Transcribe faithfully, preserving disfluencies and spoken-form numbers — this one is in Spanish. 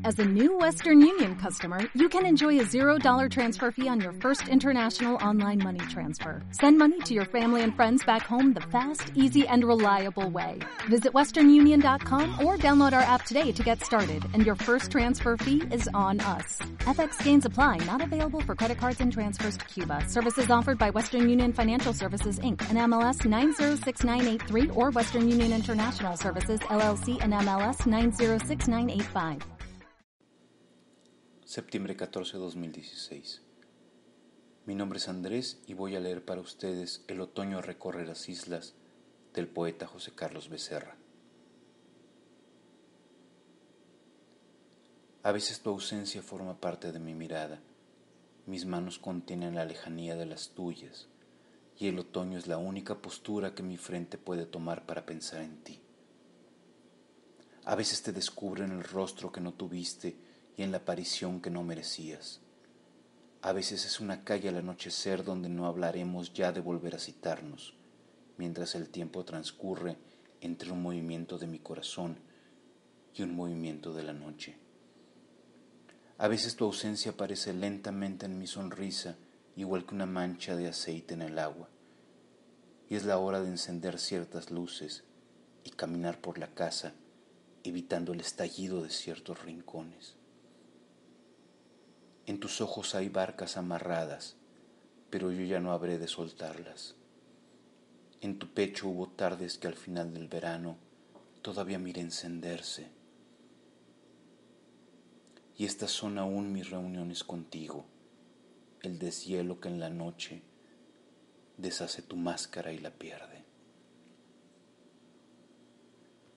As a new Western Union customer, you can enjoy a zero dollar transfer fee on your first international online money transfer. Send money to your family and friends back home the fast, easy, and reliable way. Visit western union dot com or download our app today to get started, and your first transfer fee is on us. F X gains apply, not available for credit cards and transfers to Cuba. Services offered by Western Union Financial Services, Incorporated, and M L S nine zero six nine eight three or Western Union International Services, L L C, and M L S nine zero six nine eight five. Septiembre catorce de dos mil dieciséis. Mi nombre es Andrés y voy a leer para ustedes El otoño recorre las islas del poeta José Carlos Becerra. A veces tu ausencia forma parte de mi mirada, mis manos contienen la lejanía de las tuyas y el otoño es la única postura que mi frente puede tomar para pensar en ti. A veces te descubro en el rostro que no tuviste y en la aparición que no merecías. A veces es una calle al anochecer donde no hablaremos ya de volver a citarnos, mientras el tiempo transcurre entre un movimiento de mi corazón y un movimiento de la noche. A veces tu ausencia aparece lentamente en mi sonrisa, igual que una mancha de aceite en el agua, y es la hora de encender ciertas luces y caminar por la casa, evitando el estallido de ciertos rincones. En tus ojos hay barcas amarradas, pero yo ya no habré de soltarlas. En tu pecho hubo tardes que al final del verano todavía miré encenderse. Y estas son aún mis reuniones contigo, el deshielo que en la noche deshace tu máscara y la pierde.